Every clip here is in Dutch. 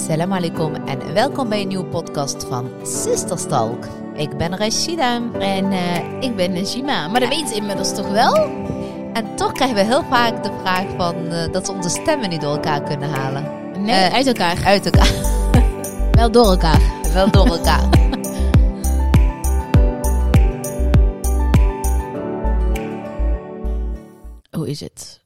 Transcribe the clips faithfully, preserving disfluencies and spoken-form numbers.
Assalamu alaikum en welkom bij een nieuwe podcast van Sisterstalk. Ik ben Rashida. En uh, ik ben Najima. Maar dat weten ze inmiddels toch wel? En toch krijgen we heel vaak de vraag van uh, dat ze onze stemmen niet door elkaar kunnen halen. Nee, uh, uit elkaar. Uit elkaar. Wel door elkaar. Wel door elkaar. Hoe is het?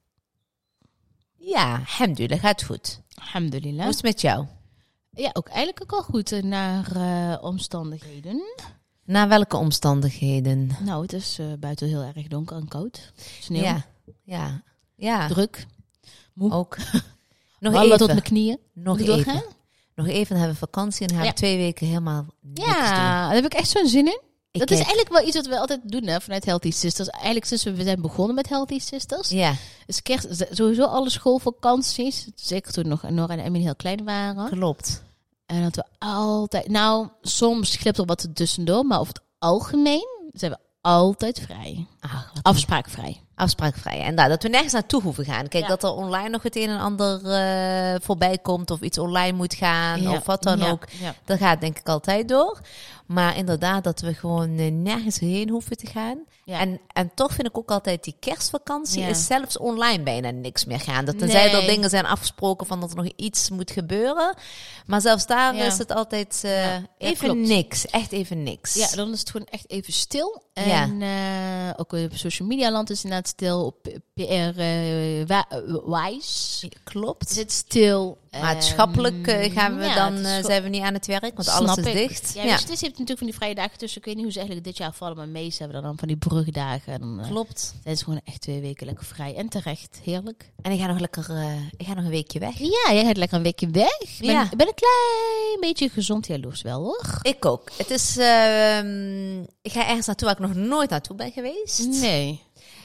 Ja, alhamdulillah, gaat goed. Alhamdulillah. Hoe is het met jou? Ja, ook eigenlijk ook al goed naar uh, omstandigheden. Naar welke omstandigheden? Nou, het is uh, buiten heel erg donker en koud. Sneeuw. Ja, ja, ja. Druk. Moe. Ook. Nog Ballen even. tot mijn knieën. Nog Moet even. doorgaan? Nog even, dan hebben we vakantie en gaan we Ja. twee weken helemaal niks Ja, doen. daar heb ik echt zo'n zin in. Ik dat is kijk- eigenlijk wel iets wat we altijd doen hè, vanuit Healthy Sisters. Eigenlijk sinds we zijn begonnen met Healthy Sisters. Ja, Dus kerst, sowieso alle schoolvakanties. Zeker toen nog Nora en Emily heel klein waren. klopt. En dat we altijd... Nou, soms glipt er wat tussendoor. Maar over het algemeen zijn we altijd vrij. Ach, wat Afspraakvrij. afspraakvrij. En daar, dat we nergens naartoe hoeven gaan. Kijk, Ja. dat er online nog het een en ander uh, voorbij komt. Of iets online moet gaan. Ja. Of wat dan Ja. ook. Ja. Dat gaat denk ik altijd door. Maar inderdaad, dat we gewoon uh, nergens heen hoeven te gaan. Ja. En, en toch vind ik ook altijd die kerstvakantie Ja. is zelfs online bijna niks meer gaan. Dat tenzij Nee. er dingen zijn afgesproken van dat er nog iets moet gebeuren. Maar zelfs daar Ja. is het altijd uh, Ja. Ja, even klopt. niks. Echt even niks. Ja, dan is het gewoon echt even stil. Ja. En uh, ook op social media land is inderdaad stil. Op P R uh, wa- uh, wise Klopt. is het stil. Maatschappelijk uh, gaan we Ja, dan, het is uh, gewoon- zijn we niet aan het werk, want Snap alles is ik. dicht. Ja, Ja, dus het is, je hebt natuurlijk van die vrije dagen tussen. Ik weet niet hoe ze eigenlijk dit jaar vallen, maar meest hebben we dan van die brugdagen. En dan uh, klopt. zijn ze gewoon echt twee weken lekker vrij. En terecht, heerlijk. En ik ga nog lekker, uh, ik ga nog een weekje weg. Ja, jij gaat lekker een weekje weg. Ik ben, Ja. ik ben een klein beetje gezond jaloers wel, hoor. Ik ook. Het is, uh, ik ga ergens naartoe waar ik nog nooit naartoe ben geweest. Nee.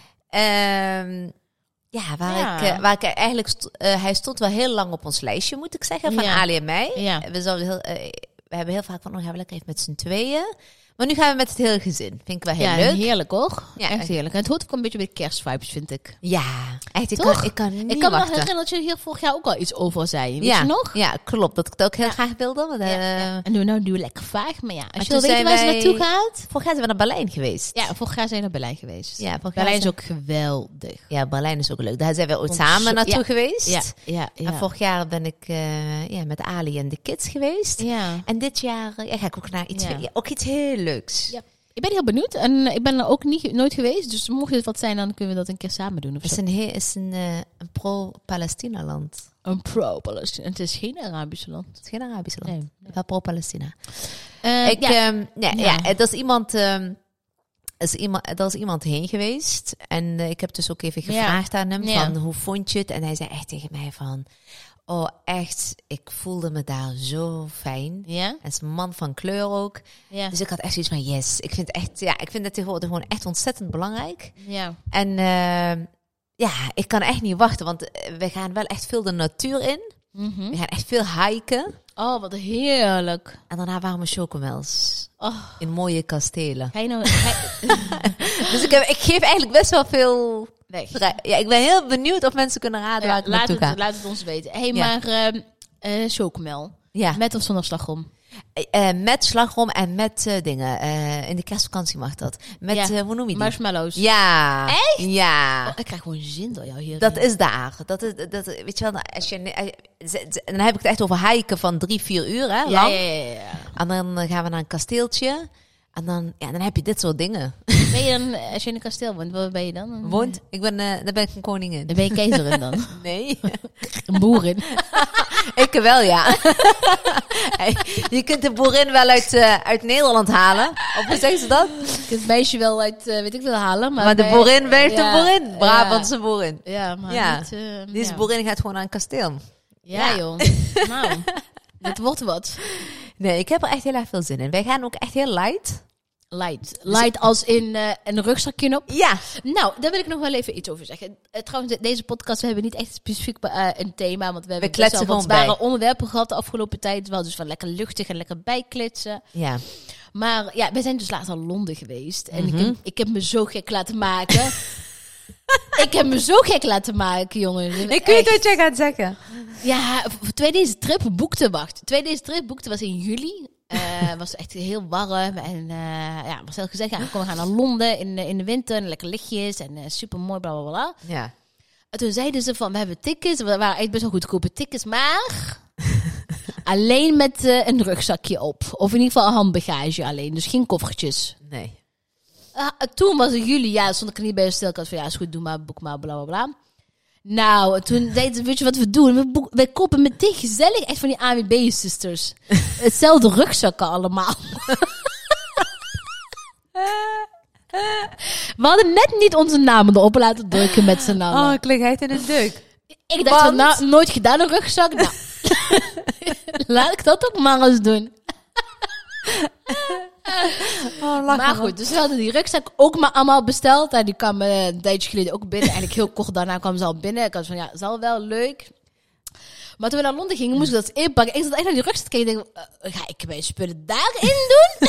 Ehm, ja, waar, Ja. Ik, uh, waar ik eigenlijk, st- uh, hij stond wel heel lang op ons lijstje, moet ik zeggen, van Ja. Ali en mij. Ja. We, zouden heel, uh, we hebben heel vaak van, oh, gaan we lekker even met z'n tweeën. Maar nu gaan we met het hele gezin. Vind ik wel heel Ja, leuk. heerlijk, hoor. Ja. Echt heerlijk. En het hoort ook een beetje bij de kerstvibes, vind ik. Ja, echt. Ik Toch? kan, ik kan niet ik kan me wachten. herinneren dat je hier vorig jaar ook al iets over zei. Weet ja, je nog? Ja, klopt. Dat ik het ook heel Ja. graag wilde. Maar, uh, Ja, ja. En nu, nou, nu lekker vaag. Maar ja, als Maar je wil toen weten waar zijn ze naartoe wij- gaat. Vorig jaar zijn we naar Berlijn geweest. Ja, vorig jaar zijn we naar Berlijn geweest. Ja, vorig jaar Berlijn is zijn- ook geweldig. Ja, Berlijn is ook leuk. Daar zijn we ooit Vond samen zo- naartoe ja. geweest. Ja, ja, ja. En vorig jaar ben ik uh, ja, met Ali en de kids geweest. ja. En dit jaar uh, ja, ga ik ook naar iets, Ja. ja, ook iets heel leuks. Ja. Ik ben heel benieuwd. En ik ben er ook niet, nooit geweest. Dus mocht het wat zijn, dan kunnen we dat een keer samen doen. Of Het is zo. een, he- is een, uh, een pro-Palestina land. Een pro-Palestina. Het is geen Arabisch land. Het is geen Arabisch land. Nee. Wel pro-Palestina. Uh, ik, ja. um, ja, Ja. ja. er is iemand... Um, er is iemand, er is iemand heen geweest. En uh, ik heb dus ook even Ja. gevraagd aan hem Ja. van hoe vond je het? En hij zei echt tegen mij van... Oh, echt, ik voelde me daar zo fijn. Ja? Hij is een man van kleur ook. Ja. Dus ik had echt zoiets van yes. Ik vind echt, ja, ik vind het tegenwoordig gewoon echt ontzettend belangrijk. Ja. En uh, ja, ik kan echt niet wachten, want we gaan wel echt veel de natuur in. Mhm. We gaan echt veel hiken. Oh, wat heerlijk. En daarna warme chocomels. Oh, In mooie kastelen. ga je nou ga- Dus ik, heb, ik geef eigenlijk best wel veel... weg? vrij- Ja, ik ben heel benieuwd of mensen kunnen raden waar Ja, ik laat, naartoe ga. het, laat het ons weten. Hé, hey, Ja. maar ehm eh chocomel. Ja, Met of zonder slagroom? uh, met slagroom en met uh, dingen. Uh, in de kerstvakantie mag dat. Met, Ja. uh, hoe noem je die? Marshmallows. Ja. Echt? Ja. Oh, ik krijg gewoon zin door jou hier. Dat is daar. Dat is, dat, weet je wel, als je, eh, z- z- dan heb ik het echt over hiken van drie, vier uur, hè, Ja, lang. ja, ja, ja. En dan eh, gaan we naar een kasteeltje. En dan, ja, dan heb je dit soort dingen. Ben je dan, als je in een kasteel woont, waar ben je dan? Woont, ik ben, uh, dan ben ik een koningin. Dan ben je keizerin dan. Nee. Een boerin. Ik wel, ja. Hey, je kunt de boerin wel uit, uh, uit Nederland halen. Of hoe zeggen ze dat? Ik kan het meisje wel uit, uh, weet ik veel, halen. Maar, Maar de bij- boerin blijft ja, de boerin. Brabantse boerin. Ja, maar Ja. niet... uh, Deze ja. boerin gaat gewoon naar een kasteel. Ja, Ja. joh. Nou, dit wordt wat. Nee, ik heb er echt heel erg veel zin in. Wij gaan ook echt heel light. Light. Light als in uh, een rugzakje op. Ja. Nou, daar wil ik nog wel even iets over zeggen. Uh, trouwens, deze podcast, we hebben niet echt specifiek uh, een thema. Want we hebben kletsen best wel wat gewoon bij. zware onderwerpen gehad de afgelopen tijd. Wel dus van lekker luchtig en lekker bijklitsen. Ja. Maar ja, we zijn dus laatst al Londen geweest. En Mhm. ik, heb, ik heb me zo gek laten maken. Ik heb me zo gek laten maken, jongens. Ik weet wat jij gaat zeggen. Ja, voor twee deze trip boekte, wacht. Twee deze trip boekte was in juli. Uh, was echt heel warm en uh, ja, was heel gezegd. Ja, we gaan naar Londen in, in de winter en lekker lichtjes en uh, super mooi, bla bla bla. Ja. En toen zeiden ze van, we hebben tickets, we waren echt best wel goedkope tickets, maar alleen met uh, een rugzakje op. Of in ieder geval een handbagage alleen, dus geen koffertjes. Nee. Uh, toen was het juli, ja, stond ik er niet bij stil. Ik had van, ja, is goed, doe maar, boek maar, bla bla bla. Nou, toen zeiden ze, weet je wat we doen? We boek, wij kopen meteen gezellig echt van die A W B-sisters. Hetzelfde rugzakken allemaal. We hadden net niet onze namen erop laten drukken met z'n allen. Oh, ik lig echt in een deuk. Ik dacht, Want... nou, nooit gedaan een rugzak. Nou, laat ik dat ook maar eens doen. Oh, maar goed, dus we hadden die rugzak ook maar allemaal besteld. En die kwam uh, een tijdje geleden ook binnen. Eigenlijk heel kort daarna kwam ze al binnen. Ik had van, ja, is al wel leuk. Maar toen we naar Londen gingen, moest ik dat inpakken. Ik zat echt naar die rugzak kijken. Ik denk, uh, ga ik mijn spullen daarin doen?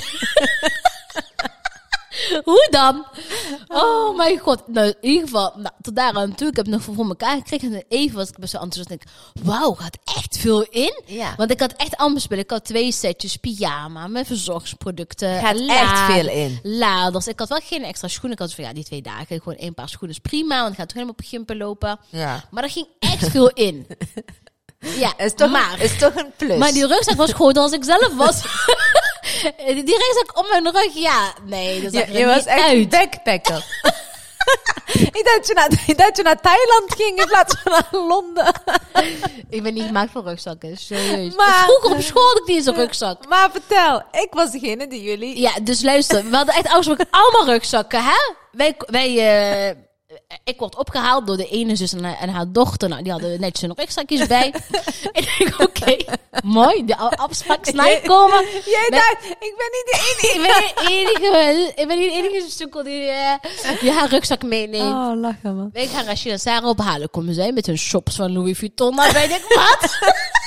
Hoe dan? Oh mijn god. Nou, in ieder geval, nou, tot daar aan toe. Ik heb het nog voor elkaar gekregen. En even was ik best wel enthousiast. En ik, wauw, gaat echt veel in. Ja. Want ik had echt allemaal spullen. Ik had twee setjes pyjama met verzorgingsproducten. Gaat laden, echt veel in. Laders. Ik had wel geen extra schoenen. Ik had van, ja, die twee dagen. Gewoon één paar schoenen is prima. Want ik ga toch helemaal op gimpen lopen. Ja. Maar er ging echt veel in. Ja, is toch, maar. Is toch een plus. Maar die rugzak was groter als ik zelf was. Die rugzak om mijn rug, ja. Nee, dat zag er je, je niet was echt uit. een backpacker. ik, dacht je naar, ik dacht je naar Thailand ging in plaats van naar Londen. Ik ben niet gemaakt voor rugzakken, serieus. Maar, Vroeger op school had ik deze rugzak. Maar vertel, ik was degene die jullie... Ja, dus luister, we hadden echt afgesproken allemaal rugzakken, hè? Wij... wij uh, ik word opgehaald door de ene zus en haar, en haar dochter. Nou, die hadden netjes hun rugzakjes bij. En ik denk, oké, okay, mooi. De afspraak is nagekomen. Jij dacht, ik ben niet de enige. Ik ben niet de enige, ik ben niet de enige stukkel die, uh, die haar rugzak meeneemt. Oh, lachen man. Wij gaan Rashida en Sarah ophalen. Komen zij met hun shops van Louis Vuitton. Nou, weet ik wat?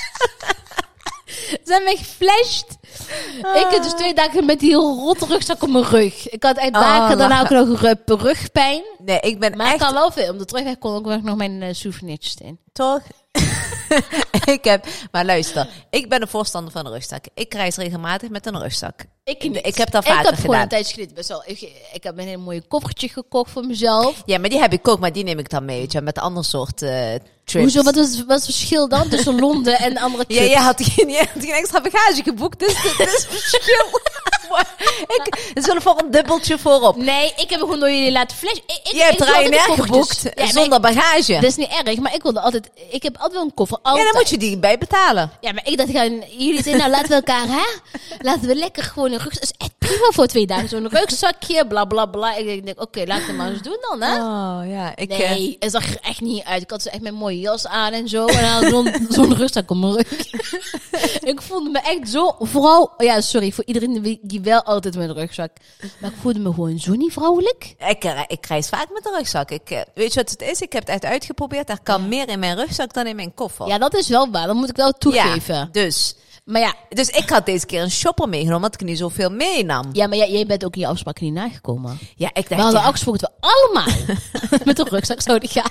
Ze zijn mij geflasht. Ah. Ik heb dus twee dagen met die rotte rugzak op mijn rug. Ik had echt dagen oh, daarna ook nog rug, rugpijn. Nee, ik ben maar echt... ik kan wel veel. Om de terugweg kon ook nog mijn uh, souvenirtjes in. Toch? ik heb... Maar luister, ik ben een voorstander van een rugzak. Ik reis regelmatig met een rugzak. Ik, ik, ik heb dat vaker gedaan. Ik heb gewoon een tijdje geleden best wel... Ik, ik heb een hele mooie koffertje gekocht voor mezelf. Ja, maar die heb ik ook. Maar die neem ik dan mee. Weet je, met een ander soort uh, trips. Hoezo? Wat is, wat is het verschil dan tussen Londen en andere trips? Ja, je had geen, je had geen extra bagage geboekt. Dus dat is het verschil. ik, er zullen voor een dubbeltje voorop. Nee, ik heb gewoon door jullie laten flashen. Ik, ik, je hebt Ryanair geboekt ja, zonder ik, bagage. Dat is niet erg, maar ik wilde altijd... Ik heb altijd wel een koffer. Altijd. Ja, dan moet je die bij betalen. Ja, maar ik dacht, gaan, jullie zeggen, nou laten we elkaar, hè? Laten we lekker gewoon een rugzak... Dat is echt prima voor twee dagen. Zo'n rugzakje, bla bla bla. Ik denk, oké, okay, laten we maar eens doen dan, hè? Oh, ja. Ik, nee, het zag er echt niet uit. Ik had zo echt mijn mooie jas aan en zo. En dan zo'n zo'n rugzak op mijn rug. Ik voelde me echt zo... Vooral... Ja, sorry, voor iedereen die wel altijd met een rugzak. Maar ik voelde me gewoon zo niet vrouwelijk. Ik, ik reis vaak met een rugzak. Ik, weet je wat het is? Ik heb het echt uitgeprobeerd. Er kan ja. meer in mijn rugzak dan in mijn koffer. Ja, dat is wel waar. Dat moet ik wel toegeven. Ja, dus... Maar ja, dus ik had deze keer een shopper meegenomen, omdat ik niet zoveel meenam. Ja, maar jij, jij bent ook in je afspraak niet nagekomen. Ja, ik dacht... We hadden ja. afgesproken dat we allemaal met een rugzak zouden gaan.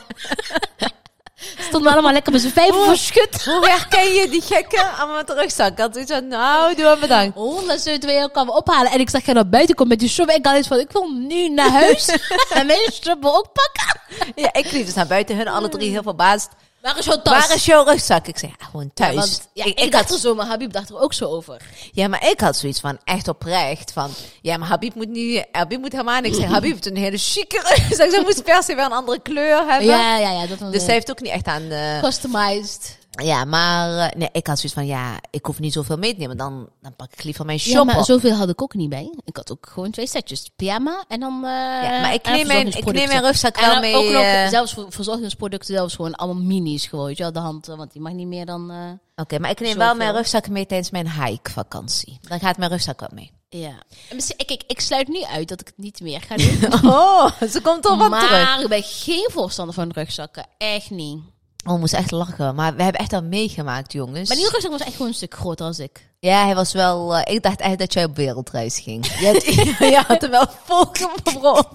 Stonden allemaal lekker met z'n vijven verschut. Hoe herken je die gekken allemaal met de rugzak? Ik had zoiets van, nou, doe maar bedankt. Oh, dan zullen we jou komen ophalen. En ik zag je naar buiten komen met die shopper. En ik had iets van, ik wil nu naar huis. En mijn shopper ook pakken. Ja, ik liep dus naar buiten. Hun alle drie heel verbaasd. Waar is jouw tas? Waar is jouw rugzak? Ik zei, ja, gewoon thuis. Ja, want, ja, ik, ik, ik dacht had... er zo, maar Habib dacht er ook zo over. Ja, maar ik had zoiets van, echt oprecht, van... Ja, maar Habib moet nu... Habib moet helemaal niks zeggen. Habib heeft een hele chique rugzak. Ze moest per se weer een andere kleur hebben. Ja, ja, ja. Dat dus zij heeft ook niet echt aan de... Customized. Ja, maar... Nee, ik had zoiets van, ja, ik hoef niet zoveel mee te nemen. Dan, dan pak ik liever mijn shop Ja, maar op. zoveel had ik ook niet bij. Ik had ook gewoon twee setjes. Pyjama en dan... Uh, ja, maar ik neem, mijn, ik neem mijn rugzak wel en mee. ook nog, uh... zelfs voor verzorgingsproducten, zelfs gewoon allemaal minis gewoon. Weet je wel, de hand, want die mag niet meer dan... Uh, Oké, okay, maar ik neem zoveel. wel mijn rugzak mee tijdens mijn hike-vakantie. Dan gaat mijn rugzak wel mee. Ja. Ik, ik, ik sluit nu uit dat ik het niet meer ga doen. Oh, ze komt er wat terug. Maar ik ben geen voorstander van rugzakken. Echt niet. Oh, we moesten echt lachen. Maar we hebben echt al meegemaakt, jongens. Maar die rugzak was echt gewoon een stuk groter als ik. Ja, hij was wel... Uh, ik dacht echt dat jij op wereldreis ging. Je had, je had hem wel volgepropt.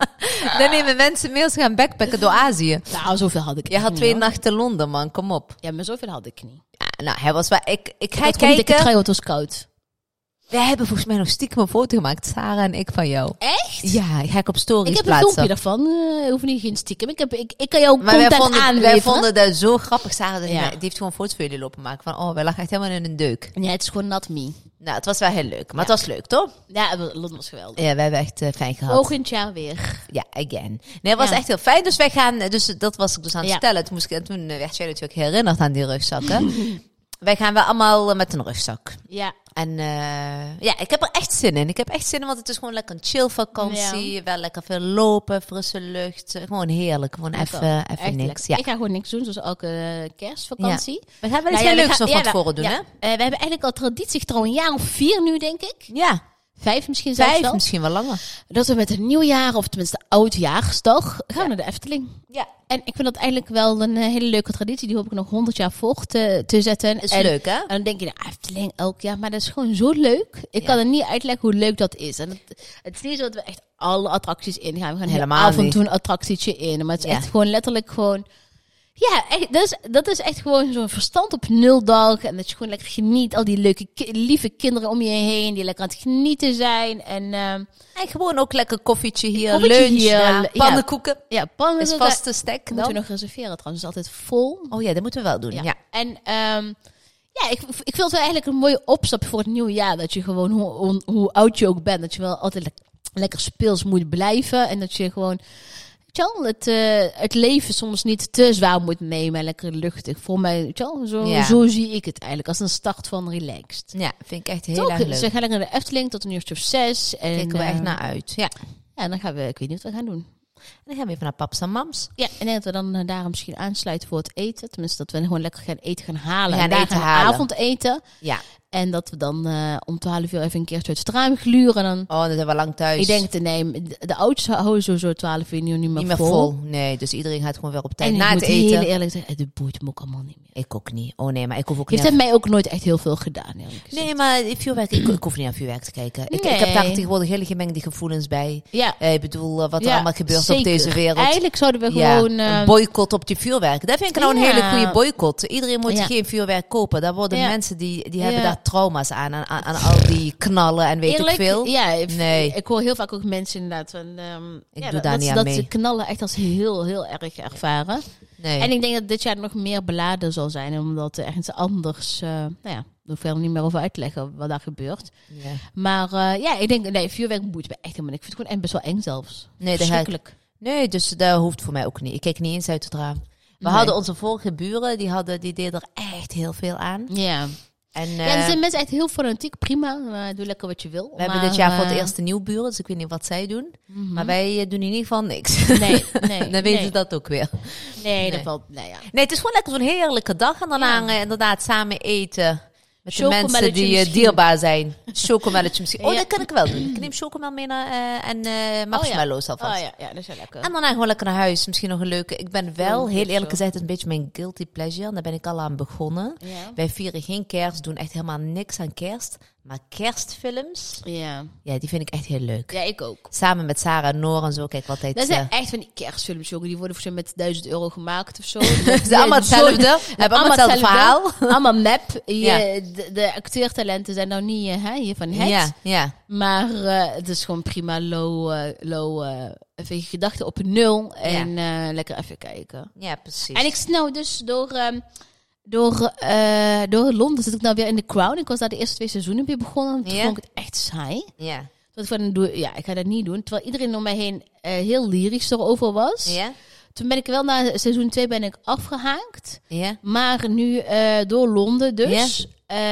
Dan nemen mensen mee als ze gaan backpacken door Azië. Nou, zoveel had ik Je had niet, twee hoor. nachten Londen, man. Kom op. Ja, maar zoveel had ik niet. Ja, nou, hij was wel... Ik, ik ga Ik had gewoon dikke kijken... trui, want het was koud. Wij hebben volgens mij nog stiekem een foto gemaakt. Sarah en ik van jou. Echt? Ja, die ga ik op stories Ik heb een plaatsen. filmpje daarvan. Uh, hoef niet geen stiekem. Ik, heb, ik, ik kan jou Maar wij content vonden, aanleveren. wij vonden dat zo grappig. Sarah die Ja. die heeft gewoon foto's voor jullie lopen maken. Van, oh, wij lagen echt helemaal in een deuk. Ja, het is gewoon not me. Nou, het was wel heel leuk. Maar Ja. het was leuk, toch? Ja, Londen was geweldig. Ja, wij hebben echt uh, fijn gehad. Volgend jaar weer. Ja, again. Nee, het was Ja. echt heel fijn. Dus wij gaan, dus dat was ik dus aan het Ja. vertellen. Toen, moest ik, toen werd jij natuurlijk herinnerd aan die rugzakken. Wij gaan wel allemaal uh, met een rugzak. Ja. En uh, ja, ik heb er echt zin in. Ik heb echt zin in, want het is gewoon lekker een chill vakantie. Ja. Wel lekker veel lopen, frisse lucht. Gewoon heerlijk. Gewoon even Echt even niks. lekker. Ja. Ik ga gewoon niks doen, zoals elke uh, kerstvakantie. We gaan wel Nou iets ja, heel we leuks gaan- nog van ja, we- tevoren doen, ja. hè? Uh, we hebben eigenlijk al traditie trouw een jaar of vier nu, denk ik. Ja, Vijf misschien zelfs vijf, wel. misschien wel langer. Dat we met een nieuwjaar, of tenminste oudjaarsdag, gaan we Ja. naar de Efteling. Ja, En ik vind dat eigenlijk wel een uh, hele leuke traditie. Die hoop ik nog honderd jaar voor te, te zetten. is en, leuk, hè? En dan denk je, nou, Efteling elk jaar. Maar dat is gewoon zo leuk. Ik Ja. kan er niet uitleggen hoe leuk dat is. En het, het is niet zo dat we echt alle attracties ingaan. We gaan Helemaal heel af en niet. toe een attractietje in. Maar het is Ja. echt gewoon letterlijk gewoon... Ja, echt, dat, is, dat is echt gewoon zo'n verstand op nul dag. En dat je gewoon lekker geniet. Al die leuke, ki- lieve kinderen om je heen. Die lekker aan het genieten zijn. En uh, En gewoon ook lekker koffietje hier, Koffietje lunch, hier, ja, ja. pannenkoeken. ja, pannen Is vaste stek moeten we dan. nog reserveren trouwens. Het is altijd vol. Oh ja, dat moeten we wel doen, Ja. ja. En um, ja, ik, ik vind het wel eigenlijk een mooie opstap voor het nieuwe jaar. Dat je gewoon, hoe, hoe, hoe oud je ook bent, dat je wel altijd le- lekker speels moet blijven. En dat je gewoon... Weet je wel, het, uh, het leven soms niet te zwaar moet nemen en lekker luchtig. Voor mij, weet je wel, zo, Ja. zo zie ik het eigenlijk. Als een start van relaxed. Ja, vind ik echt heel Toch? erg Dus leuk. we gaan lekker naar de Efteling tot een uurtje of zes. En, Kijken we echt uh, naar uit. Ja. Ja, en dan gaan we, ik weet niet wat we gaan doen. En dan gaan we even naar paps en mams. Ja, en dat we dan uh, daar misschien aansluiten voor het eten. Tenminste, dat we gewoon lekker gaan eten gaan halen. We gaan en daar eten gaan we halen. avondeten. Ja. En dat we dan uh, om twaalf uur even een keertje uit het raam gluren. En dan, Oh, dan zijn we lang thuis. ik denk, te nemen, de, de ouders houden sowieso twaalf uur nu niet meer, niet meer vol. vol. Nee, dus iedereen gaat gewoon weer op tijd En na ik het moet eten. heel eerlijk zeggen, het boeit me ook allemaal niet meer. Ik ook niet. Oh nee, maar ik hoef ook Heeft niet het mij ook nooit echt heel veel gedaan, eerlijk gezegd. Nee, maar vuurwerk, ik, ik hoef niet aan vuurwerk te kijken. Ik, Nee. ik heb daar tegenwoordig hele gemengde gevoelens bij. Ja, Eh, ik bedoel, uh, wat er ja, allemaal gebeurt zeker. op deze wereld. Eigenlijk zouden we Ja, gewoon... uh, een boycott op die vuurwerk. Dat vind ik nou een Ja. hele goede boycott. Iedereen moet Ja. geen vuurwerk kopen. Daar worden Ja. mensen die, die Ja. hebben daar trauma's aan, aan. Aan al die knallen en weet eerlijk, ik veel. Ja, ik, Nee. ik hoor heel vaak ook mensen inderdaad van... Um, Ik ja, doe dat, daar dat, niet ze- aan dat mee. ze knallen echt als heel, heel erg ervaren. Nee. En ik denk dat dit jaar nog meer beladen zal zijn, omdat er ergens anders, uh, nou ja, daar hoef ik er niet meer over uit te leggen wat daar gebeurt. Ja. Maar uh, ja, ik denk, nee, vuurwerk boeit me echt helemaal niet. Ik vind het gewoon echt best wel eng zelfs. Nee, dat ga ik- Verschrikkelijk. nee, dus dat hoeft voor mij ook niet. Ik kijk niet eens uit het raam. We Nee. hadden onze vorige buren, die, hadden, die deden er echt heel veel aan. Ja. En, ja, eh, er zijn mensen echt heel fanatiek, prima. Uh, doe lekker wat je wil. we hebben maar, dit jaar voor uh, het eerst een nieuw buren, dus ik weet niet wat zij doen. mhm. Maar wij eh, doen in ieder geval niks. Nee, nee. Dan weten nee. ze dat ook weer. Nee, Nee. dat valt, nou ja. Nee, het is gewoon lekker zo'n heerlijke dag. En daarna Ja. eh, inderdaad samen eten. Met de Chocomelletje mensen die eh, misschien. dierbaar zijn. Chocomelletje misschien. Oh, Ja. dat kan ik wel doen. Ik neem chocomel mee naar, eh, en eh marshmallows alvast. Oh ja, ja, dat is wel lekker. En daarna gewoon lekker naar huis. Misschien nog een leuke... Ik ben wel, Oh, heel goed eerlijk zo. gezegd, een beetje mijn guilty pleasure. En daar ben ik al aan begonnen. Ja. Wij vieren geen kerst, doen echt helemaal niks aan kerst. Maar kerstfilms, Ja. ja, die vind ik echt heel leuk. Ja, ik ook. Samen met Sarah en Noor en zo, kijk wat altijd... Dat zijn eh, echt van die kerstfilms, jongen. Die worden voor mij met duizend euro gemaakt of zo. Ze zijn allemaal hetzelfde. Hebben allemaal hetzelfde verhaal. Allemaal map. Je, Ja. de, de acteertalenten zijn nou niet uh, hè, hier van het. Ja, ja. Maar uh, het is gewoon prima low, uh, low uh, even je gedachten op nul. En uh, lekker even kijken. Ja, precies. En ik snel dus door... Um, Door, uh, door Londen zit ik nou weer in The Crown. Ik was daar de eerste twee seizoenen weer begonnen. Toen Ja. vond ik het echt saai. Ja. Toen ik van, doe, ja, ik ga dat niet doen. Terwijl iedereen om mij heen uh, heel lyrisch erover was. Ja? Toen ben ik wel na seizoen twee ben ik afgehaakt. Ja? Maar nu uh, door Londen dus.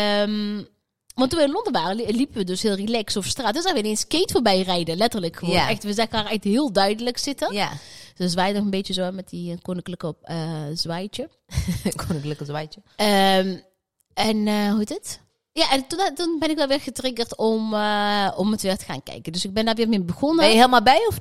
Um, want toen we in Londen waren, li- liepen we dus heel relaxed over straat. Dus dan weer een skate voorbij rijden, letterlijk gewoon. Ja. Echt, we zagen haar echt heel duidelijk zitten. Ja. Dus zwaaide nog een beetje zo met die uh, koninklijke uh, zwaaitje. Koninklijke zwaadje. Um, en uh, hoe heet het? Ja, en toen, toen ben ik wel weer getriggerd om, uh, om het weer te gaan kijken. Dus ik ben daar weer mee begonnen. Ben je helemaal bij of niet?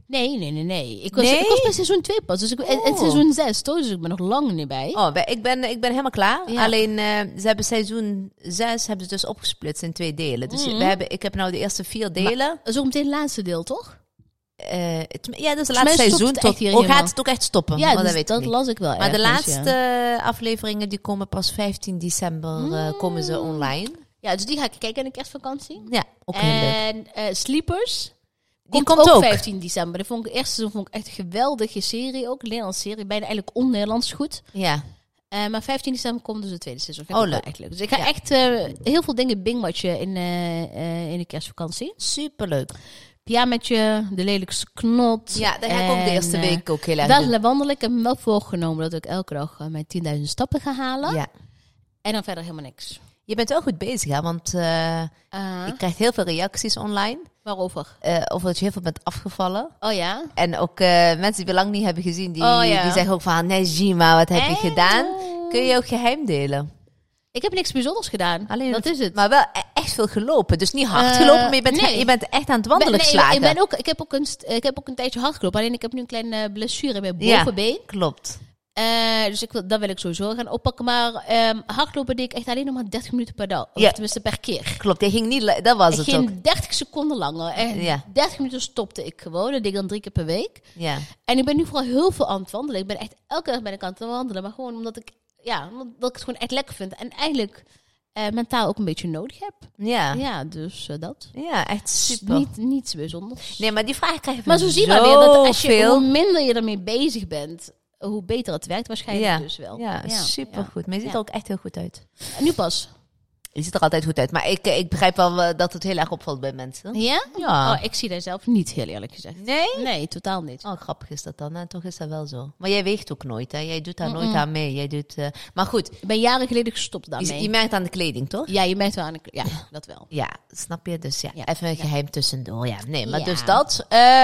Nee, nee, nee, nee. Ik was, Nee? ik was bij seizoen twee pas. Dus ik, en, en Oh. seizoen zes, toch? Dus ik ben nog lang niet bij. Oh, bij- ik ben, ik ben helemaal klaar. Ja. Alleen, uh, ze hebben seizoen zes hebben ze dus opgesplitst in twee delen. Dus Mhm. we hebben, ik heb nou de eerste vier delen. Dat is ook meteen het laatste deel, toch? Uh, het, ja, dat is het Volgens mij laatste stopt seizoen. het echt Tot, hier oh, helemaal. gaat het ook echt stoppen? Ja, Oh, dus dat weet dat ik niet. las ik wel Maar de ergens, laatste ja. uh, afleveringen die komen pas vijftien december uh, Mm. komen ze online. Ja, dus die ga ik kijken in de kerstvakantie. Ja, ook heel leuk. En uh, Sleepers... Die komt, komt ook, ook. vijftien december. Dat vond ik, eerste seizoen vond ik echt een geweldige serie ook. Een Nederlandse serie. Bijna eigenlijk on-Nederlands goed. Ja. Uh, maar vijftien december komt dus het tweede seizoen. Vind Oh, ik ook leuk. wel echt leuk. Dus ik ga Ja. echt uh, heel veel dingen bingwatchen in, uh, uh, in de kerstvakantie. Superleuk. Pyjamaatje, de lelijkste knot. Ja, daar ga ik ook de eerste En, week ook heel uh, erg Wel doen. wandelen. Ik heb me wel voorgenomen dat ik elke dag uh, mijn tienduizend stappen ga halen. Ja. En dan verder helemaal niks. Je bent wel goed bezig, hè? Want uh, Uh, ik krijg heel veel reacties online. waarover? Uh, over dat je heel veel bent afgevallen. Oh ja? En ook uh, mensen die we lang niet hebben gezien, die, Oh, ja. die zeggen ook van... Nee, Jima, wat heb je En- gedaan? Kun je ook geheim delen? Ik heb niks bijzonders gedaan. Alleen dat het- is het. Maar wel e- echt veel gelopen. Dus niet hard Uh, gelopen, maar je bent, nee. je bent echt aan het wandelen Ben- nee, geslagen. ik, ben ook, ik, heb ook een, st- ik heb ook een tijdje hard gelopen. Alleen ik heb nu een kleine blessure in mijn Ja. bovenbeen. Klopt. Eh, dus ik wil, dat wil ik sowieso gaan oppakken. Maar ehm, hardlopen deed ik echt alleen nog maar dertig minuten per dag. Of Ja. tenminste per keer. Klopt, dat ging niet... le- Dat was Ik het ook. ging dertig seconden langer. Echt Ja. dertig minuten stopte ik gewoon. Dat deed ik dan drie keer per week. Ja. En ik ben nu vooral heel veel aan het wandelen. Ik ben echt elke dag ben ik aan het wandelen. Maar gewoon omdat ik, ja, omdat ik het gewoon echt lekker vind. En eigenlijk eh, mentaal ook een beetje nodig heb. Ja. Ja, Ja, dus eh, dat. echt super. Niet, niets bijzonders. Nee, maar die vraag krijg je Maar zo zie je maar weer dat als je, veel. hoe minder je ermee bezig bent, hoe beter het werkt waarschijnlijk Ja. dus wel. Ja, supergoed. Maar je ziet Ja. er ook echt heel goed uit. En nu pas. Je ziet er altijd goed uit. Maar ik, ik begrijp wel eh, dat het heel erg opvalt bij mensen. Ja? Ja. Oh, ik zie daar zelf niet, heel eerlijk gezegd. Nee? Nee, totaal niet. Oh, grappig is dat dan. En toch is dat wel zo. Maar jij weegt ook nooit, hè? Jij doet daar Mm-mm. nooit aan mee. Jij doet... uh, maar goed, Ik ben jaren geleden gestopt je, daarmee. je merkt aan de kleding, toch? Ja, je merkt wel aan de... Ja, dat wel. Ja, snap je? Dus ja, Ja. even een geheim tussendoor. Ja, nee, maar Ja. dus dat.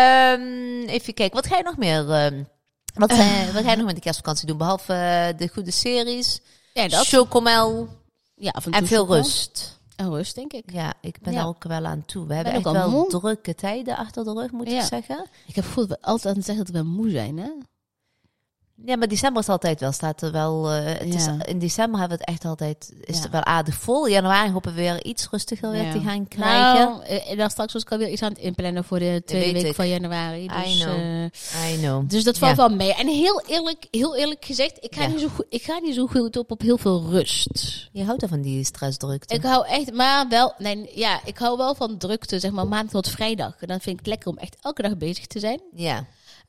Ehm, even kijken, wat ga je nog meer... ehm, wat, eh, wat ga je nog met de kerstvakantie doen? Behalve eh, de goede series, Ja, dat. chocomel Ja, af en, en toe veel chocola. rust. En rust, denk ik. Ja, ik ben Ja. daar ook wel aan toe. We hebben Ben echt ook al wel moe. drukke tijden achter de rug, moet Ja. ik zeggen. Ik heb gevoeld dat we altijd aan het zeggen dat we moe zijn, hè? Ja, maar december is altijd wel, staat er wel... eh, het is, Ja. in december hebben we het echt altijd, is Ja. het wel aardig vol. Januari hopen we weer iets rustiger weer Ja. te gaan krijgen. Nou, eh, daar straks was ik alweer iets aan het inplannen voor de tweede weet week ik. van januari. Dus, I know. eh, I know. dus dat valt Ja. wel mee. En heel eerlijk, heel eerlijk gezegd, ik ga, Ja. niet zo goed, ik ga niet zo goed op op heel veel rust. Je houdt er van die stressdrukte. Ik hou echt, maar wel, nee, ja, ik hou wel van drukte, zeg maar maandag tot vrijdag. En dan vind ik het lekker om echt elke dag bezig te zijn. Ja,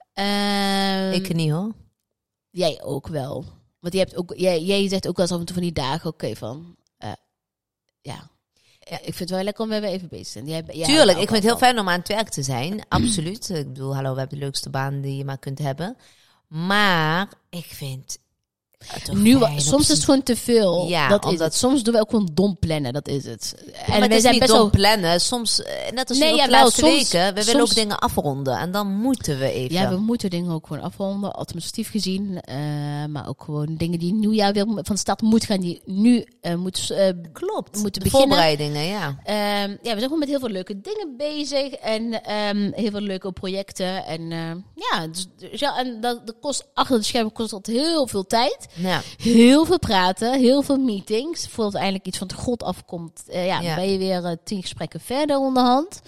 Ehm, ik niet hoor. Jij ook wel. Want je hebt ook, jij, jij zegt ook wel eens af en toe van die dagen, oké, van, eh, ja. ja. Ik vind het wel lekker om weer even bezig te zijn. Jij, jij Tuurlijk, houdt ik ook vind het heel wel fijn om aan het werk te zijn. Absoluut. Ik bedoel, hallo, we hebben de leukste baan die je maar kunt hebben. Maar ik vind... het toch van. Nu, fijn op soms is z'n- het gewoon te veel. Ja, dat is omdat- het. Soms doen we ook gewoon dom plannen, dat is het. Ja, En maar wij het is zijn niet best dom wel... plannen. Soms, eh, net als Nee, nee, de jawel, laatste soms- weken, we willen soms- ook dingen afronden. En dan moeten we even. Ja, we moeten dingen ook gewoon afronden, administratief gezien. eh, maar ook gewoon dingen die nieuwjaar weer van start moet gaan, die nu eh moeten eh, Klopt. moeten de beginnen. voorbereidingen, ja. Ehm, ja, we zijn gewoon met heel veel leuke dingen bezig en ehm, heel veel leuke projecten. En eh, ja, dus, dus ja, en dat, dat kost achter de schermen kost dat heel veel tijd. Ja. Heel veel praten, heel veel meetings. Voordat er eindelijk iets van het god afkomt, eh, ja, Ja. dan ben je weer eh, tien gesprekken verder onderhand.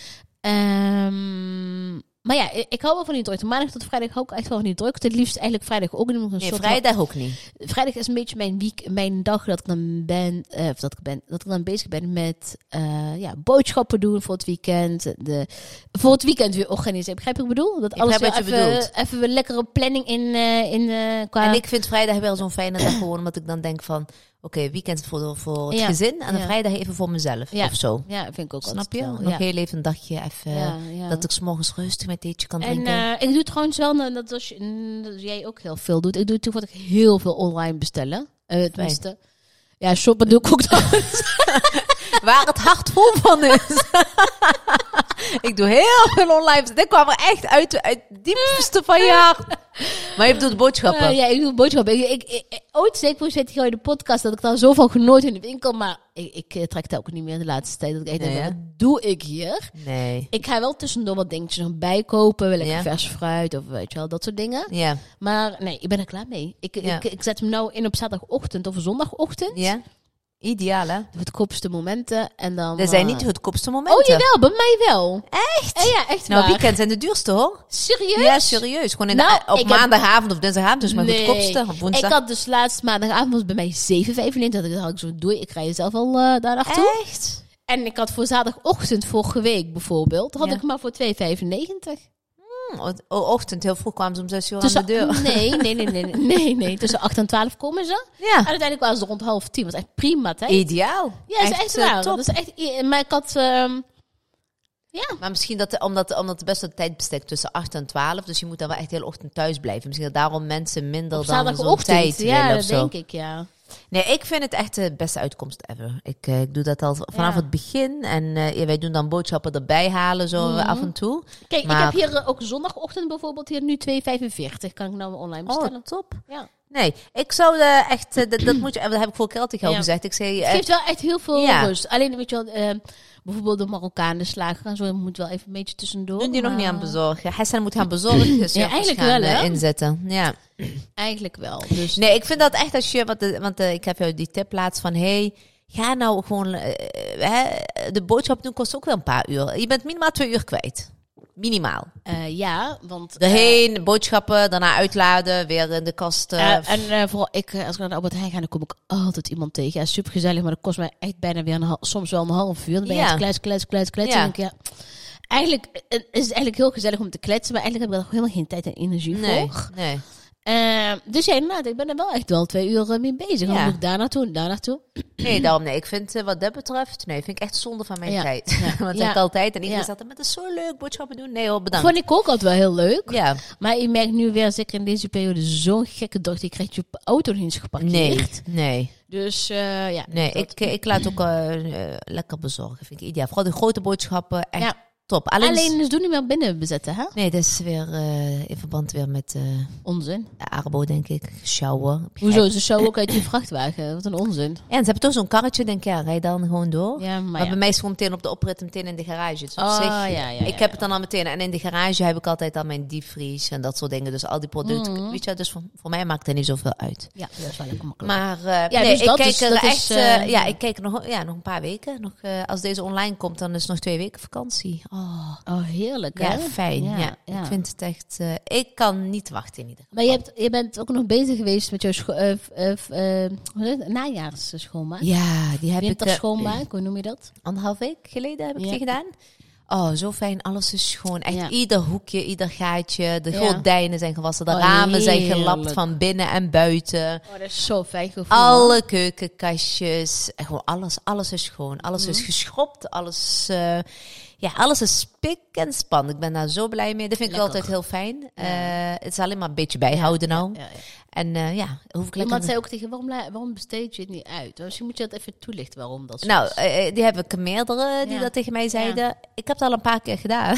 Ehm, maar ja, ik, ik hou wel van die drukte. Maandag tot vrijdag hou ik echt wel van die drukte. Het liefst eigenlijk vrijdag ook. Nog een Nee, soort vrijdag ook niet. Vrijdag is een beetje mijn week, mijn dag dat ik dan ben, eh, of dat ik ben, dat ik dan bezig ben met eh, ja, boodschappen doen voor het weekend, de voor het weekend weer organiseren. Begrijp je wat ik bedoel? Dat Ik alles begrijp weer wat je even, bedoelt. even een lekkere planning in uh, in uh, qua. En ik vind vrijdag wel zo'n fijne dag gewoon, omdat ik dan denk van, oké, okay, weekend voor, voor het Ja. gezin en dan Ja. vrijdag even voor mezelf Ja. of zo. Ja, vind ik ook. Snap altijd je? wel. Nog Ja. heel even een dagje even, Ja, ja. dat ik 's morgens rustig mijn theetje kan En drinken. uh, ik doe trouwens wel, nou, dat, als je, mm, dat jij ook heel veel doet. Ik doe toevallig heel veel online bestellen. Uh, tenminste, ja, shoppen doe ik ook trouwens. waar het hart vol van is. Ik doe heel veel online. Dit kwam er echt uit, uit het diepste van je hart. Maar je doet boodschappen. Uh, ja, ik doe boodschappen. Ik, ik, ik, ooit zei ik voor in de podcast dat ik daar zoveel genoten in de winkel. Maar ik, ik uh, trek het ook niet meer de laatste tijd. Dat ik echt nee, denk, wat doe ik hier? Nee. Ik ga wel tussendoor wat dingetjes nog bijkopen. Wil ik ja. vers fruit of weet je wel, dat soort dingen. Ja. Maar nee, ik ben er klaar mee. Ik, ja. ik, ik zet hem nou in op zaterdagochtend of zondagochtend. Ja. Ideaal, hè? De goedkoopste momenten. En dan, er zijn uh... niet de goedkoopste momenten. Oh, jawel. Bij mij wel. Echt? Uh, ja, echt nou, waar. weekend zijn de duurste, hoor. Serieus? Ja, serieus. Gewoon in nou, de, op maandagavond heb... of dinsdagavond, dus mijn nee. goedkoopste. Op woensdag. Ik had dus laatst maandagavond was bij mij zeven vijfennegentig. Dat had ik zo, doei, ik rij zelf al uh, daar naartoe. Echt? En ik had voor zaterdagochtend vorige week bijvoorbeeld, had ja. ik maar voor twee vijfennegentig. Hmm, ochtend, heel vroeg kwamen ze om zes uur tussen, aan de deur. Nee, nee, nee, nee, nee, nee. Tussen acht en twaalf komen ze. Ja. En uiteindelijk waren ze rond half tien. Was echt prima, hè? Ideaal. Ja, is echt, echt waar. Top. Dat is echt, maar ik had... Um, ja. Maar misschien dat, omdat, omdat het best wel tijd bestek tussen acht en twaalf. Dus je moet dan wel echt de hele ochtend thuis blijven. Misschien dat daarom mensen minder Op dan zo'n tijd ja, willen dat of zo. denk ik, ja. Nee, ik vind het echt de beste uitkomst ever. Ik, uh, ik doe dat al vanaf ja. het begin. En uh, ja, wij doen dan boodschappen erbij halen zo mm-hmm. af en toe. Kijk, maar... ik heb hier uh, ook zondagochtend bijvoorbeeld hier nu twee vijfenveertig. Kan ik nou online bestellen. Oh, top. Ja. Nee, ik zou uh, echt... Uh, dat, dat moet je... Dat heb ik vorige keer al tegen jou ja. gezegd. Ik zei... Uh, het geeft wel echt heel veel ja. rust. Alleen, weet je wel... Uh, bijvoorbeeld de Marokkanen slagen en zo. Je moet wel even een beetje tussendoor. Doen die maar... nog niet aan bezorgen. Hassan moet gaan bezorgen. Dus ja, eigenlijk gaan, wel, hè? Inzetten. Ja. Eigenlijk wel. Dus nee, ik vind dat echt als je... Want, de, want uh, ik heb jou die tip laatst van... Hey, ga nou gewoon... Uh, hè, de boodschap doen kost ook wel een paar uur. Je bent minimaal twee uur kwijt. Minimaal. Uh, ja, want... Erheen, uh, boodschappen, daarna uitladen, weer in de kast. Uh, uh, en uh, vooral ik, als ik naar de Albert Heijn ga, dan kom ik altijd iemand tegen. Ja, super gezellig, maar dat kost mij echt bijna weer een half, soms wel een half uur. Dan ben je ja. aan het kletsen, kletsen, kletsen, kletsen. Ja. En denk ik, ja, eigenlijk is het eigenlijk heel gezellig om te kletsen, maar eigenlijk heb ik er helemaal geen tijd en energie nee, voor. Nee. Uh, dus ja, inderdaad, ik ben er wel echt wel twee uur mee bezig. Dan ja. moet ik daar naartoe, daar naartoe. Nee, daarom nee. Ik vind uh, wat dat betreft, nee, vind ik echt zonde van mijn ja. tijd. Ja. Want ja. ik altijd en iedereen ja. zegt, maar het is zo leuk boodschappen doen. Nee hoor, bedankt. Vond ik ook altijd wel heel leuk. Ja. Maar je merkt nu weer, zeker in deze periode, zo'n gekke dorst. Die krijgt je auto niet eens geparkeerd. Nee, nee. Dus uh, ja. Nee, ik, ik laat ook uh, uh, lekker bezorgen. Vind ik ideaal. Vooral de grote boodschappen, echt. Ja. Top. Alleen, Alleen dus doen niet meer binnen bezetten, hè? Nee, dat is weer uh, in verband weer met... Uh, onzin. Arbo, denk ik. Sjouwen. Hoezo? Ze sjouwen ook uit die vrachtwagen. Wat een onzin. Ja, en ze hebben toch zo'n karretje, denk ik, ja, rij dan gewoon door. Ja, maar, maar ja. bij mij is gewoon meteen op de oprit meteen in de garage. Dus oh, zich, ja, ja, ja, ik heb ja. het dan al meteen. En in de garage heb ik altijd al mijn diepvries en dat soort dingen. Dus al die producten. Mm-hmm. Weet je, dus voor, voor mij maakt het niet zoveel uit. Ja, dat is wel lekker makkelijk. Maar uh, ja, nee, dus ik dat kijk is, er dat echt... Is, uh, uh, ja, ik kijk nog, ja, nog een paar weken. Nog, uh, als deze online komt, dan is het nog twee weken vakantie. Oh, oh heerlijk, ja, hè? Fijn, ja, ja. ja. Ik vind het echt... Uh, ik kan niet wachten in ieder geval. Maar je, hebt, je bent ook nog bezig geweest met jouw scho- uh, uh, uh, najaarsschoonmaak. Ja, die heb Winter ik... Uh, schoonmaak, hoe noem je dat? Anderhalf week geleden heb ik ja. die gedaan. Oh, zo fijn. Alles is schoon. Echt ja. ieder hoekje, ieder gaatje. De ja. gordijnen zijn gewassen. De oh, ramen zijn heerlijk. gelapt van binnen en buiten. Oh, dat is zo fijn gevoel. Alle keukenkastjes. En gewoon alles. Alles is schoon. Alles mm-hmm. is geschropt. Alles... Uh, Ja, alles is spik en span. Ik ben daar zo blij mee. Dat vind ik lekker. altijd heel fijn. Ja. Uh, het is alleen maar een beetje bijhouden ja, nou. Ja, ja, ja. En uh, ja, hoef ik lekker... Iemand zei ook tegen, waarom, waarom besteed je het niet uit? Misschien moet je dat even toelichten waarom dat zo nou, is. Nou, uh, die heb ik meerdere die ja. dat tegen mij zeiden. Ja. Ik heb het al een paar keer gedaan.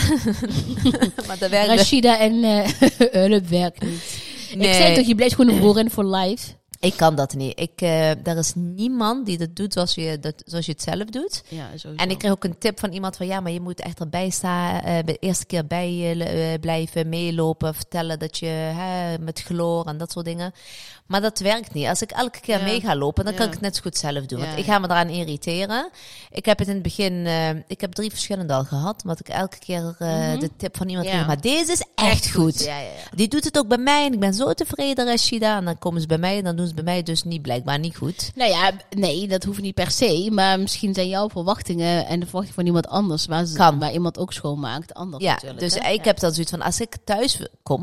Maar dat werkt... Rashida en uh, dat werkt niet. Nee. Ik zei toch, je blijft gewoon een boerin voor life. Ik kan dat niet. Ik, uh, er is niemand die dat doet zoals je, dat, zoals je het zelf doet. Ja, sowieso. En ik kreeg ook een tip van iemand van... ja, maar je moet echt erbij staan. Uh, de eerste keer bij uh, blijven, meelopen. Vertellen dat je uh, met chloor en dat soort dingen. Maar dat werkt niet. Als ik elke keer ja. mee ga lopen... dan ja. kan ik het net zo goed zelf doen. Ja. Want ik ga me eraan irriteren. Ik heb het in het begin... Uh, ik heb drie verschillende al gehad. Omdat ik elke keer uh, mm-hmm. de tip van iemand ja. kreeg... maar deze is echt, echt goed. goed. Ja, ja, ja. Die doet het ook bij mij. En ik ben zo tevreden, Rashida. En dan komen ze bij mij... en dan doen ze bij mij dus niet blijkbaar niet goed. Nou ja, nee, dat hoeft niet per se. Maar misschien zijn jouw verwachtingen en de verwachting van iemand anders, waar, ze, waar iemand ook schoonmaakt, anders ja, natuurlijk. Dus hè? ik ja. heb dan zoiets van, als ik thuis kom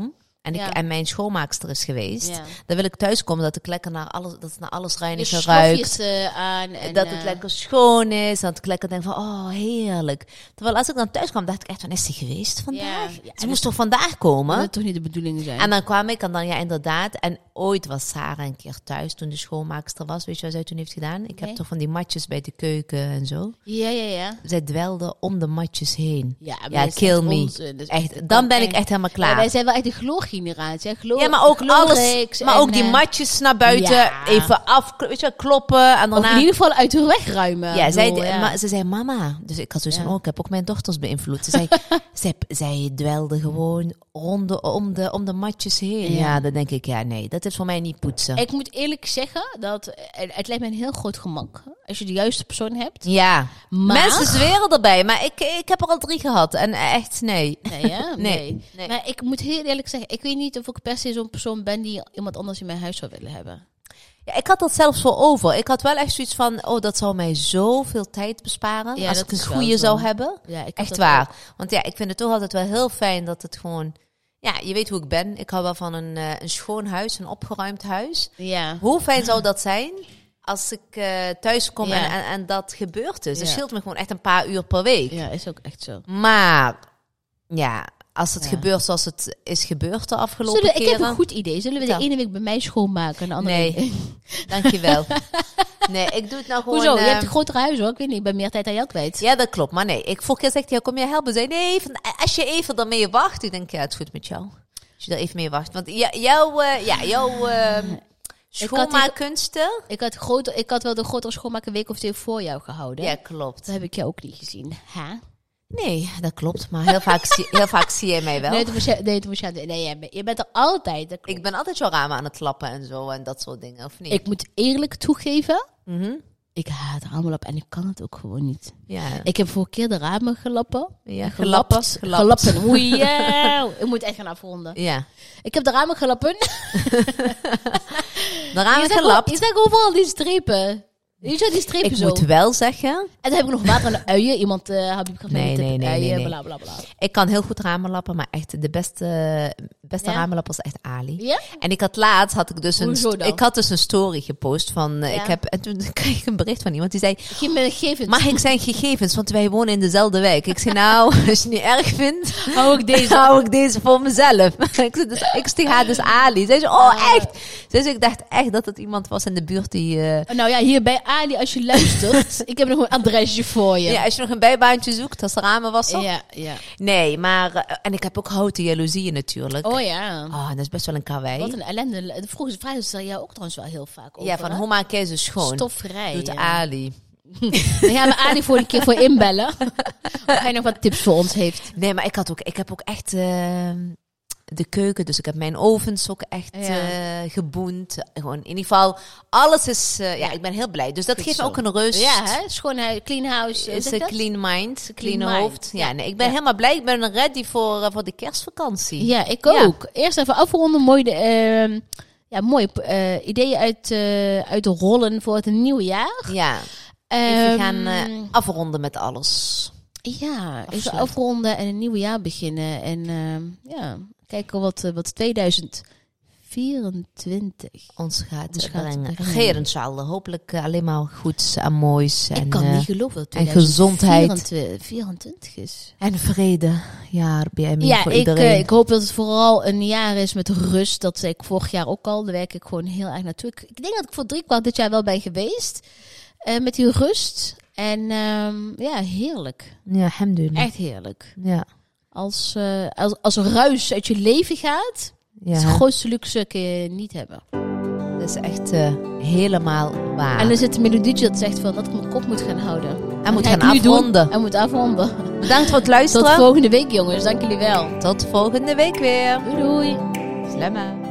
En, ik, Ja. en mijn schoonmaakster is geweest. Ja. Dan wil ik thuiskomen dat ik lekker naar alles, dat het naar alles Je reinigen stofjes ruikt. uh, aan. En, dat het uh, lekker schoon is. Dat ik lekker denk van, oh, heerlijk. Terwijl als ik dan thuis kwam, dacht ik echt van, is ze geweest vandaag? Ja, ja, Ze moest toch vandaag komen? Dat toch niet de bedoeling zijn. En dan kwam ik en dan, ja, inderdaad. En ooit was Sarah een keer thuis toen de schoonmaakster was. Weet je wat zij toen heeft gedaan? Ik Nee. heb toch van die matjes bij de keuken en zo. Ja, ja, ja. Zij dwelde om de matjes heen. Ja, maar Ja, dat is kill echt me. onzin. Dat is Echt, dat dan kan ben ik echt helemaal Ja, klaar. wij zijn wel echt de chloorgeneratie. hè. Chloor, Ja, maar ook alles. chloorreeks Maar en, ook die eh, matjes naar buiten. ja. Even af, weet je wel, kloppen. En Of daarna... in ieder geval uit de weg ruimen. Ja, Ik zij, bedoel, ja. maar ze zei mama. Dus ik had zoiets Ja. van, oh, ik heb ook mijn dochters beïnvloed. Ze zei, zij, zij dwelde gewoon ronde, om, de, om de matjes heen. Ja. Ja. dan denk ik, ja, nee, dat is voor mij niet poetsen. Ik moet eerlijk zeggen dat eh, het lijkt me een heel groot gemak als je de juiste persoon hebt. Ja, Maar mensen zweren erbij. Maar ik, ik heb er al drie gehad. En echt, nee. Nee, hè? Nee. nee. Nee. Maar ik moet heel eerlijk zeggen, ik weet niet of ik per se zo'n persoon ben die iemand anders in mijn huis zou willen hebben. Ja, ik had dat zelfs voor over. Ik had wel echt zoiets van, oh, dat zou mij zoveel tijd besparen. Ja, als dat ik een is wel goede zo. zou hebben. Ja, ik had Echt dat waar. ook. Want ja, ik vind het toch altijd wel heel fijn dat het gewoon... Ja, je weet hoe ik ben. Ik hou wel van een, uh, een schoon huis, een opgeruimd huis. Ja. Hoe fijn zou dat zijn als ik uh, thuis kom Ja. en, en, en dat gebeurt dus. Dat Ja. scheelt me gewoon echt een paar uur per week. Ja, is ook echt zo. Maar ja, als het Ja. gebeurt zoals het is gebeurd de afgelopen Zullen, ik keren... heb een goed idee. Zullen we de Ja. ene week bij mij schoonmaken en de andere Nee. week... Dankjewel. Nee, ik doe het nou gewoon... Hoezo? Je uh, hebt een groter huis hoor. Ik weet niet, ik ben meer tijd aan jou kwijt. Ja, dat klopt. Maar nee, ik vorige keer zei ik, ja, kom je helpen? Zei nee, van, als je even daarmee wacht. Ik denk, ja, het is goed met jou. Als je er even mee wacht. Want ja, jouw, uh, ja, jouw uh, schoonmaakkunsten... Ik had, groter, ik had wel de grotere schoonmaak een week of twee voor jou gehouden. Ja, klopt. Dat heb ik jou ook niet gezien. Ha? Nee, dat klopt. Maar heel vaak, zie, heel vaak zie jij mij wel. Nee, toen was je, nee, toen was je, nee jij bent- je bent er altijd. Dat klopt. Ik ben altijd jouw ramen aan het lappen en zo en dat soort dingen, of niet? Ik moet eerlijk toegeven, Mhm. ik haat ramen en ik kan het ook gewoon niet. Ja, Ik heb vorige keer de ramen gelappen. ja Gelapt. gelappen. Gelapt. Gelappen. Oei, ja. Ik moet echt gaan afronden. Ja, Ik heb de ramen gelappen. de Je ramen zag gelapt. Je zag overal die strepen. Je zag die strepen Ik zo. moet wel zeggen, En dan heb ik nog water aan de uien. Iemand uh, had die Nee, nee, nee, nee, nee. bla bla bla. ik kan heel goed ramen lappen, maar echt de beste, beste Ja? ramenlapper is echt Ali. Ja? En ik had laatst had ik dus een Hoezo st- dan? ik had dus een story gepost van uh, Ja. ik heb en toen kreeg ik een bericht van iemand die zei Geef me, geef het. mag ik zijn gegevens, want wij wonen in dezelfde wijk. Ik zei nou, als je het niet erg vindt, hou ik deze. hou ik deze voor mezelf. ik zei dus ik stig haar dus Ali. Zij zei oh Ah. echt. Dus ik dacht echt dat het iemand was in de buurt die uh, Nou ja, hier bij Ali, als je luistert. Ik heb nog een adresje voor je. ja, als je nog een bijbaantje zoekt als ramen was er. ja. ja. Nee, maar uh, en ik heb ook houten jaloezieën natuurlijk. Oh ja. Oh, dat is best wel een karwei. Wat een ellende. Vroeger vragen ze jou ook trouwens wel heel vaak over. Ja, van hè? hoe maak jij ze schoon? Stofvrij. Doet ja. Ali. Dan gaan we Ali voor een keer voor inbellen. Of hij nog wat tips voor ons heeft. Nee, maar ik had ook, ik heb ook echt uh, de keuken, dus ik heb mijn ovens ook echt Ja. uh, geboend. Gewoon in ieder geval, alles is, uh, ja, ik ben heel blij. Dus dat Goed geeft me zo. ook een rust. Ja, hè? Schoon huis, clean house. hoe Is zeg een dat? clean mind, clean, mind. hoofd. Ja, Ja. nee, ik ben Ja. helemaal blij. Ik ben ready voor, uh, voor de kerstvakantie. Ja, ik Ja. ook. Eerst even afronden. Mooi de, ehm, ja, mooie eh, ideeën uit, eh uit de rollen voor het nieuwe jaar. Ja, even Ehm, gaan uh, afronden met alles. Ja, even Afsluiten. afronden en een nieuw jaar beginnen. En ehm, ja, kijken wat, eh, wat tweeduizend vierentwintig. Ons gaat, Ons gaat brengen. brengen. Geer inshallah. Hopelijk uh, alleen maar goeds en moois. En, Ik kan uh, niet geloven dat en gezondheid. tweeduizend vierentwintig is. En vrede. Ja, B M I Ja, voor ik, iedereen. eh, ik hoop dat het vooral een jaar is met rust. Dat zei ik vorig jaar ook al. Daar werk ik gewoon heel erg naartoe. Ik, ik denk dat ik voor drie kwart dit jaar wel ben geweest. Uh, met die rust. En um, ja, heerlijk. Ja, alhamdulillah. Echt heerlijk. Ja. Als, uh, als, als er ruis uit je leven gaat, Ja. is de grootste luxe kun je niet hebben. Dat is echt uh, helemaal waar. En er zit een melodietje dat zegt van dat ik mijn kop moet gaan houden. En moet Dat gaan ga ik nu afronden. doen. En moet afronden. Bedankt voor het Tot luisteren. volgende week jongens. Dank jullie wel. Tot volgende week weer. Doei doei. Slama.